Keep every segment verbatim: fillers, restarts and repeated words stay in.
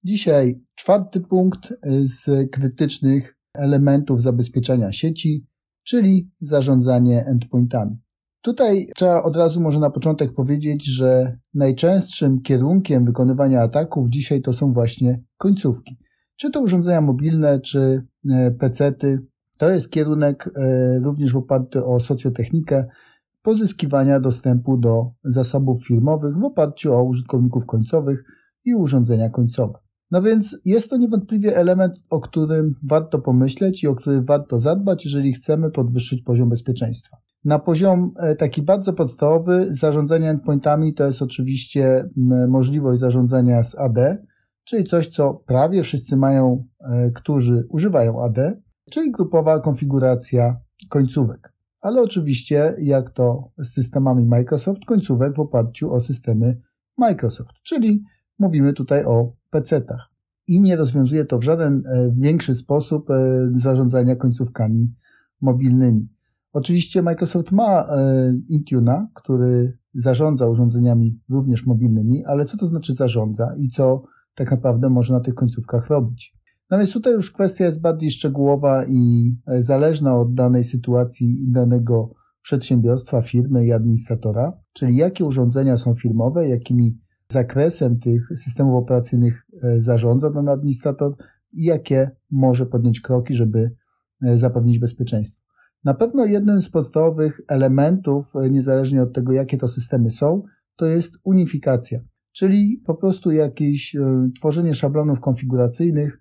Dzisiaj czwarty punkt z krytycznych elementów zabezpieczania sieci, czyli zarządzanie endpointami. Tutaj trzeba od razu może na początek powiedzieć, że najczęstszym kierunkiem wykonywania ataków dzisiaj to są właśnie końcówki. Czy to urządzenia mobilne, czy pecety. To jest kierunek również oparty o socjotechnikę pozyskiwania dostępu do zasobów firmowych w oparciu o użytkowników końcowych i urządzenia końcowe. No więc jest to niewątpliwie element, o którym warto pomyśleć i o który warto zadbać, jeżeli chcemy podwyższyć poziom bezpieczeństwa. Na poziom taki bardzo podstawowy zarządzanie endpointami to jest oczywiście możliwość zarządzania z A D, czyli coś, co prawie wszyscy mają, którzy używają A D, czyli grupowa konfiguracja końcówek. Ale oczywiście, jak to z systemami Microsoft, końcówek w oparciu o systemy Microsoft, czyli mówimy tutaj o pecetach. I nie rozwiązuje to w żaden większy sposób zarządzania końcówkami mobilnymi. Oczywiście Microsoft ma Intune'a, który zarządza urządzeniami również mobilnymi, ale co to znaczy zarządza i co tak naprawdę może na tych końcówkach robić? No więc tutaj już kwestia jest bardziej szczegółowa i zależna od danej sytuacji danego przedsiębiorstwa, firmy i administratora, czyli jakie urządzenia są firmowe, jakimi zakresem tych systemów operacyjnych zarządza dany administrator i jakie może podjąć kroki, żeby zapewnić bezpieczeństwo. Na pewno jednym z podstawowych elementów, niezależnie od tego, jakie to systemy są, to jest unifikacja, czyli po prostu jakieś tworzenie szablonów konfiguracyjnych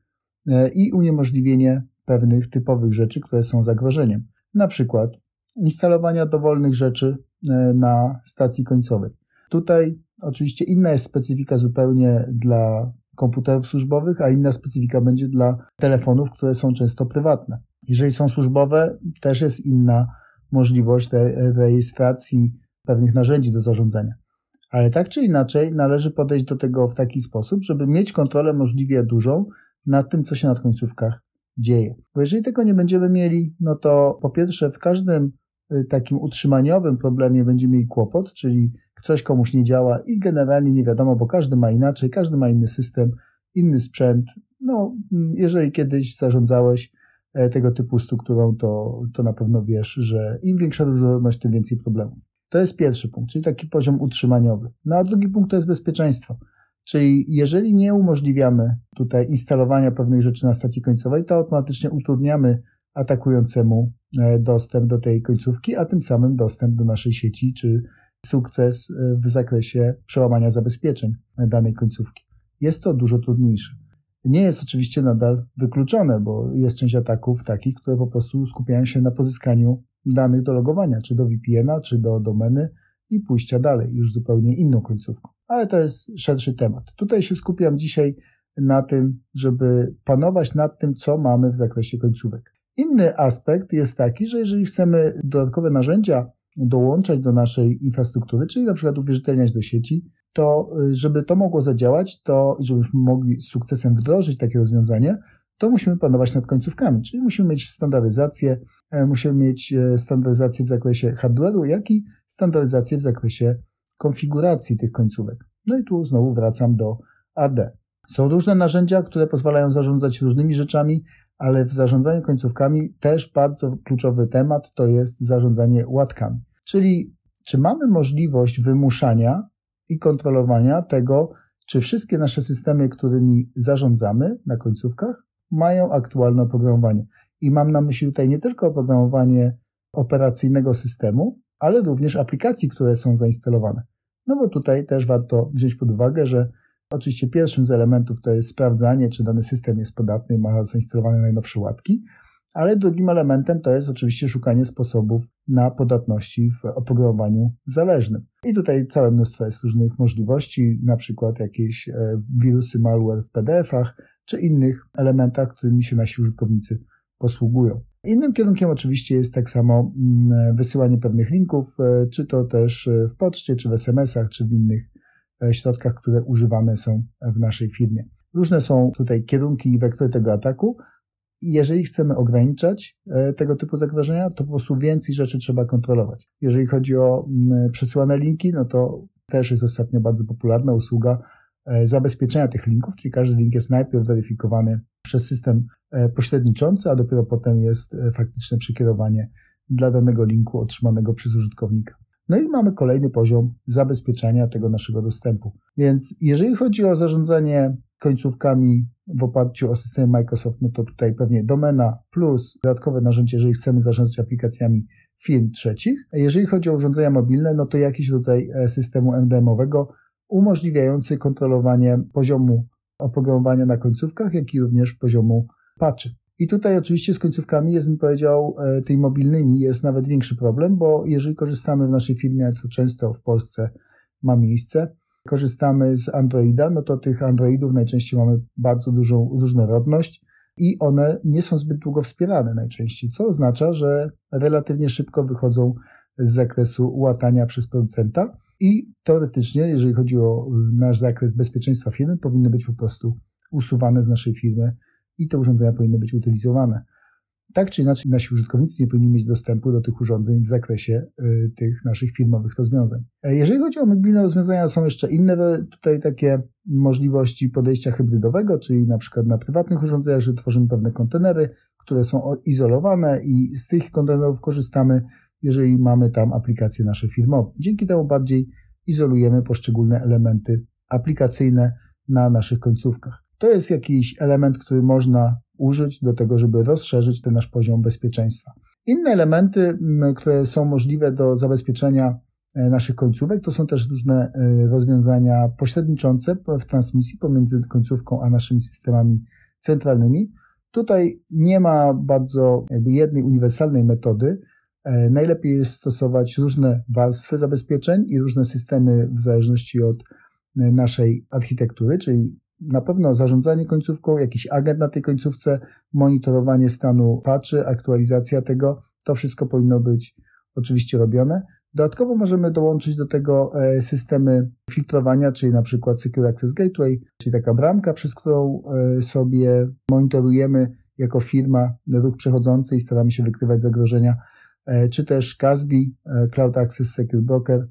i uniemożliwienie pewnych typowych rzeczy, które są zagrożeniem. Na przykład instalowania dowolnych rzeczy na stacji końcowej. Tutaj oczywiście inna jest specyfika zupełnie dla komputerów służbowych, a inna specyfika będzie dla telefonów, które są często prywatne. Jeżeli są służbowe, też jest inna możliwość rejestracji pewnych narzędzi do zarządzania. Ale tak czy inaczej należy podejść do tego w taki sposób, żeby mieć kontrolę możliwie dużą nad tym, co się na końcówkach dzieje. Bo jeżeli tego nie będziemy mieli, no to po pierwsze w każdym takim utrzymaniowym problemie będziemy mieli kłopot, czyli coś komuś nie działa i generalnie nie wiadomo, bo każdy ma inaczej, każdy ma inny system, inny sprzęt. No, jeżeli kiedyś zarządzałeś tego typu strukturą, to, to na pewno wiesz, że im większa różnorodność, tym więcej problemów. To jest pierwszy punkt, czyli taki poziom utrzymaniowy. No a drugi punkt to jest bezpieczeństwo. Czyli jeżeli nie umożliwiamy tutaj instalowania pewnych rzeczy na stacji końcowej, to automatycznie utrudniamy atakującemu dostęp do tej końcówki, a tym samym dostęp do naszej sieci, czy sukces w zakresie przełamania zabezpieczeń danej końcówki. Jest to dużo trudniejsze. Nie jest oczywiście nadal wykluczone, bo jest część ataków takich, które po prostu skupiają się na pozyskaniu danych do logowania, czy do V P N a, czy do domeny i pójścia dalej, już zupełnie inną końcówką. Ale to jest szerszy temat. Tutaj się skupiam dzisiaj na tym, żeby panować nad tym, co mamy w zakresie końcówek. Inny aspekt jest taki, że jeżeli chcemy dodatkowe narzędzia dołączać do naszej infrastruktury, czyli na przykład uwierzytelniać do sieci, to żeby to mogło zadziałać, to żebyśmy mogli z sukcesem wdrożyć takie rozwiązanie, to musimy panować nad końcówkami, czyli musimy mieć standaryzację, musimy mieć standaryzację w zakresie hardware'u, jak i standaryzację w zakresie konfiguracji tych końcówek. No i tu znowu wracam do A D. Są różne narzędzia, które pozwalają zarządzać różnymi rzeczami, ale w zarządzaniu końcówkami też bardzo kluczowy temat to jest zarządzanie łatkami. Czyli czy mamy możliwość wymuszania i kontrolowania tego, czy wszystkie nasze systemy, którymi zarządzamy na końcówkach, mają aktualne oprogramowanie. I mam na myśli tutaj nie tylko oprogramowanie operacyjnego systemu, ale również aplikacji, które są zainstalowane. No bo tutaj też warto wziąć pod uwagę, że oczywiście pierwszym z elementów to jest sprawdzanie, czy dany system jest podatny i ma zainstalowane najnowsze łatki, ale drugim elementem to jest oczywiście szukanie sposobów na podatności w oprogramowaniu zależnym. I tutaj całe mnóstwo jest różnych możliwości, na przykład jakieś wirusy malware w P D F-ach, czy innych elementach, którymi się nasi użytkownicy posługują. Innym kierunkiem oczywiście jest tak samo wysyłanie pewnych linków, czy to też w poczcie, czy w es em esach, czy w innych środkach, które używane są w naszej firmie. Różne są tutaj kierunki i wektory tego ataku. Jeżeli chcemy ograniczać tego typu zagrożenia, to po prostu więcej rzeczy trzeba kontrolować. Jeżeli chodzi o przesyłane linki, no to też jest ostatnio bardzo popularna usługa zabezpieczenia tych linków, czyli każdy link jest najpierw weryfikowany przez system pośredniczący, a dopiero potem jest faktyczne przekierowanie dla danego linku otrzymanego przez użytkownika. No i mamy kolejny poziom zabezpieczenia tego naszego dostępu. Więc jeżeli chodzi o zarządzanie końcówkami w oparciu o system Microsoft, no to tutaj pewnie domena plus dodatkowe narzędzie, jeżeli chcemy zarządzać aplikacjami firm trzecich. A jeżeli chodzi o urządzenia mobilne, no to jakiś rodzaj systemu M D M-owego umożliwiający kontrolowanie poziomu oprogramowania na końcówkach, jak i również poziomu patchy. I tutaj oczywiście z końcówkami jest, bym powiedział, tymi mobilnymi jest nawet większy problem, bo jeżeli korzystamy w naszej firmie, co często w Polsce ma miejsce, korzystamy z Androida, no to tych Androidów najczęściej mamy bardzo dużą różnorodność i one nie są zbyt długo wspierane najczęściej, co oznacza, że relatywnie szybko wychodzą z zakresu łatania przez producenta i teoretycznie, jeżeli chodzi o nasz zakres bezpieczeństwa firmy, powinny być po prostu usuwane z naszej firmy i te urządzenia powinny być utylizowane. Tak czy inaczej nasi użytkownicy nie powinni mieć dostępu do tych urządzeń w zakresie y, tych naszych firmowych rozwiązań. Jeżeli chodzi o mobilne rozwiązania, są jeszcze inne tutaj takie możliwości podejścia hybrydowego, czyli na przykład na prywatnych urządzeniach, że tworzymy pewne kontenery, które są izolowane i z tych kontenerów korzystamy, jeżeli mamy tam aplikacje nasze firmowe. Dzięki temu bardziej izolujemy poszczególne elementy aplikacyjne na naszych końcówkach. To jest jakiś element, który można użyć do tego, żeby rozszerzyć ten nasz poziom bezpieczeństwa. Inne elementy, które są możliwe do zabezpieczenia naszych końcówek, to są też różne rozwiązania pośredniczące w transmisji pomiędzy końcówką a naszymi systemami centralnymi. Tutaj nie ma bardzo jakby jednej uniwersalnej metody. Najlepiej jest stosować różne warstwy zabezpieczeń i różne systemy w zależności od naszej architektury, czyli na pewno zarządzanie końcówką, jakiś agent na tej końcówce, monitorowanie stanu patchy, aktualizacja tego, to wszystko powinno być oczywiście robione. Dodatkowo możemy dołączyć do tego systemy filtrowania, czyli na przykład Secure Access Gateway, czyli taka bramka, przez którą sobie monitorujemy jako firma ruch przechodzący i staramy się wykrywać zagrożenia, czy też C A S B I, Cloud Access Secure Broker,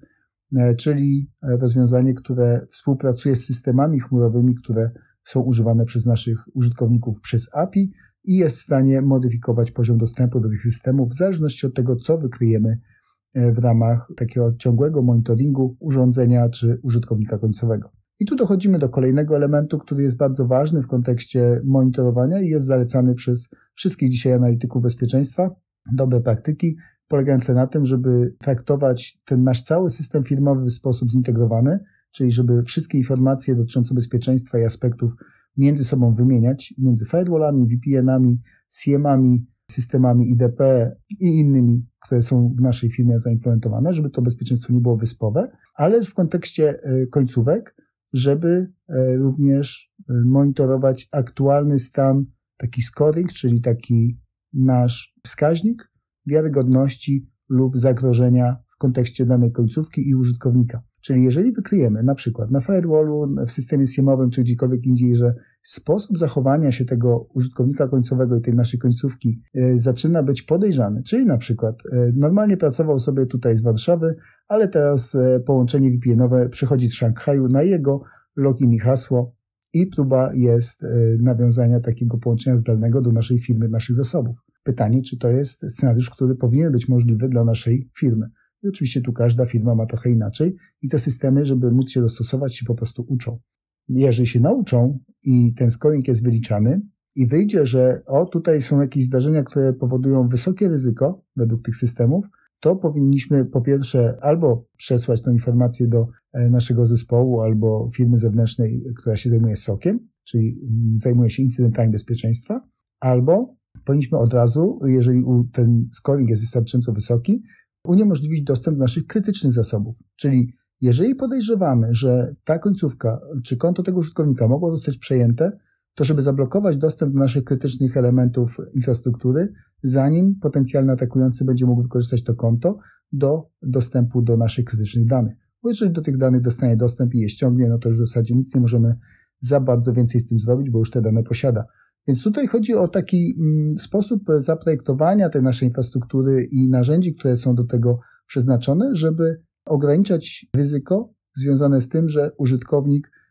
czyli rozwiązanie, które współpracuje z systemami chmurowymi, które są używane przez naszych użytkowników przez A P I i jest w stanie modyfikować poziom dostępu do tych systemów w zależności od tego, co wykryjemy w ramach takiego ciągłego monitoringu urządzenia czy użytkownika końcowego. I tu dochodzimy do kolejnego elementu, który jest bardzo ważny w kontekście monitorowania i jest zalecany przez wszystkich dzisiaj analityków bezpieczeństwa. Dobre praktyki polegające na tym, żeby traktować ten nasz cały system firmowy w sposób zintegrowany, czyli żeby wszystkie informacje dotyczące bezpieczeństwa i aspektów między sobą wymieniać, między firewallami, V P N-ami, C M-ami, systemami I D P i innymi, które są w naszej firmie zaimplementowane, żeby to bezpieczeństwo nie było wyspowe, ale w kontekście końcówek, żeby również monitorować aktualny stan, taki scoring, czyli taki nasz wskaźnik wiarygodności lub zagrożenia w kontekście danej końcówki i użytkownika. Czyli jeżeli wykryjemy na przykład na firewallu, w systemie S I E M-owym czy gdziekolwiek indziej, że sposób zachowania się tego użytkownika końcowego i tej naszej końcówki y, zaczyna być podejrzany, czyli na przykład y, normalnie pracował sobie tutaj z Warszawy, ale teraz y, połączenie V P N-owe przechodzi z Szanghaju na jego login i hasło i próba jest y, nawiązania takiego połączenia zdalnego do naszej firmy, naszych zasobów. Pytanie, czy to jest scenariusz, który powinien być możliwy dla naszej firmy. I oczywiście tu każda firma ma trochę inaczej i te systemy, żeby móc się dostosować, się po prostu uczą. Jeżeli się nauczą i ten scoring jest wyliczany i wyjdzie, że o tutaj są jakieś zdarzenia, które powodują wysokie ryzyko według tych systemów, to powinniśmy po pierwsze albo przesłać tę informację do naszego zespołu albo firmy zewnętrznej, która się zajmuje S O C-iem, czyli zajmuje się incydentami bezpieczeństwa, albo powinniśmy od razu, jeżeli ten scoring jest wystarczająco wysoki, uniemożliwić dostęp do naszych krytycznych zasobów. Czyli jeżeli podejrzewamy, że ta końcówka czy konto tego użytkownika mogło zostać przejęte, to żeby zablokować dostęp do naszych krytycznych elementów infrastruktury, zanim potencjalny atakujący będzie mógł wykorzystać to konto do dostępu do naszych krytycznych danych. Bo jeżeli do tych danych dostanie dostęp i je ściągnie, no to już w zasadzie nic nie możemy za bardzo więcej z tym zrobić, bo już te dane posiada. Więc tutaj chodzi o taki mm, sposób zaprojektowania tej naszej infrastruktury i narzędzi, które są do tego przeznaczone, żeby ograniczać ryzyko związane z tym, że użytkownik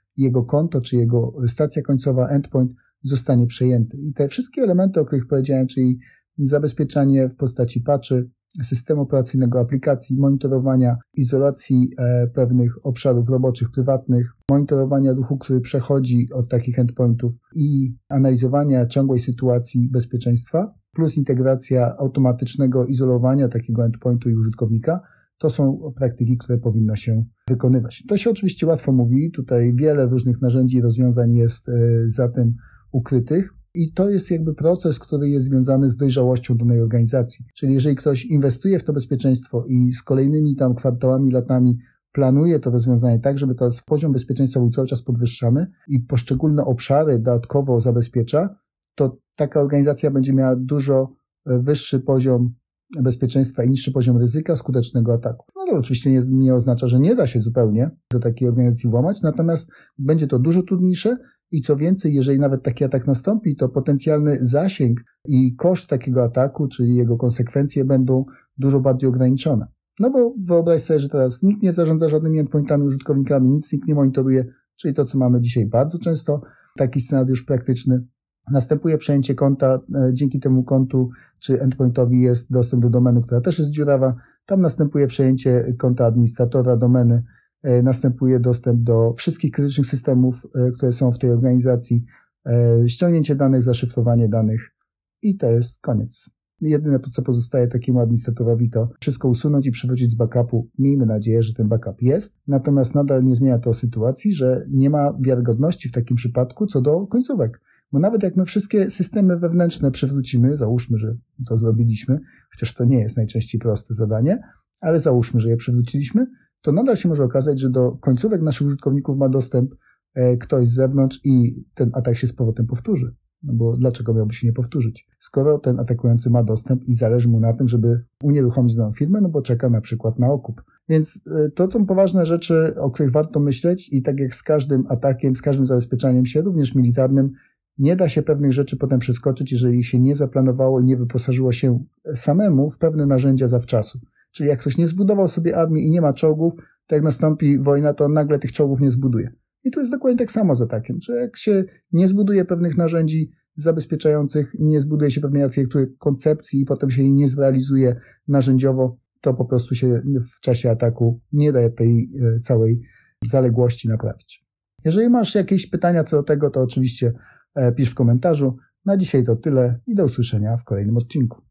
jego konto czy jego stacja końcowa, endpoint zostanie przejęty. I te wszystkie elementy, o których powiedziałem, czyli zabezpieczanie w postaci patchy, systemu operacyjnego aplikacji, monitorowania, izolacji e, pewnych obszarów roboczych, prywatnych, monitorowania ruchu, który przechodzi od takich endpointów i analizowania ciągłej sytuacji bezpieczeństwa, plus integracja automatycznego izolowania takiego endpointu i użytkownika, to są praktyki, które powinno się wykonywać. To się oczywiście łatwo mówi, tutaj wiele różnych narzędzi i rozwiązań jest e, za tym ukrytych. I to jest jakby proces, który jest związany z dojrzałością danej organizacji. Czyli jeżeli ktoś inwestuje w to bezpieczeństwo i z kolejnymi tam kwartałami, latami planuje to rozwiązanie tak, żeby to poziom bezpieczeństwa był cały czas podwyższany i poszczególne obszary dodatkowo zabezpiecza, to taka organizacja będzie miała dużo wyższy poziom bezpieczeństwa i niższy poziom ryzyka skutecznego ataku. No to oczywiście nie, nie oznacza, że nie da się zupełnie do takiej organizacji włamać, natomiast będzie to dużo trudniejsze i co więcej, jeżeli nawet taki atak nastąpi, to potencjalny zasięg i koszt takiego ataku, czyli jego konsekwencje będą dużo bardziej ograniczone. No bo wyobraź sobie, że teraz nikt nie zarządza żadnymi endpointami, użytkownikami, nic nikt nie monitoruje, czyli to, co mamy dzisiaj bardzo często, taki scenariusz praktyczny. Następuje przejęcie konta, dzięki temu kontu czy endpointowi jest dostęp do domeny, która też jest dziurawa. Tam następuje przejęcie konta administratora domeny, następuje dostęp do wszystkich krytycznych systemów, które są w tej organizacji, ściągnięcie danych, zaszyfrowanie danych i to jest koniec. Jedyne, co pozostaje takiemu administratorowi, to wszystko usunąć i przywrócić z backupu. Miejmy nadzieję, że ten backup jest, natomiast nadal nie zmienia to sytuacji, że nie ma wiarygodności w takim przypadku co do końcówek. Bo nawet jak my wszystkie systemy wewnętrzne przywrócimy, załóżmy, że to zrobiliśmy, chociaż to nie jest najczęściej proste zadanie, ale załóżmy, że je przywróciliśmy, to nadal się może okazać, że do końcówek naszych użytkowników ma dostęp ktoś z zewnątrz i ten atak się z powrotem powtórzy. No bo dlaczego miałby się nie powtórzyć? Skoro ten atakujący ma dostęp i zależy mu na tym, żeby unieruchomić daną firmę, no bo czeka na przykład na okup. Więc to są poważne rzeczy, o których warto myśleć i tak jak z każdym atakiem, z każdym zabezpieczaniem się, również militarnym, nie da się pewnych rzeczy potem przeskoczyć, jeżeli się nie zaplanowało i nie wyposażyło się samemu w pewne narzędzia zawczasu. Czyli jak ktoś nie zbudował sobie armii i nie ma czołgów, to jak nastąpi wojna, to nagle tych czołgów nie zbuduje. I tu jest dokładnie tak samo z atakiem, że jak się nie zbuduje pewnych narzędzi zabezpieczających, nie zbuduje się pewnej architektury koncepcji i potem się jej nie zrealizuje narzędziowo, to po prostu się w czasie ataku nie da tej całej zaległości naprawić. Jeżeli masz jakieś pytania co do tego, to oczywiście pisz w komentarzu. Na dzisiaj to tyle i do usłyszenia w kolejnym odcinku.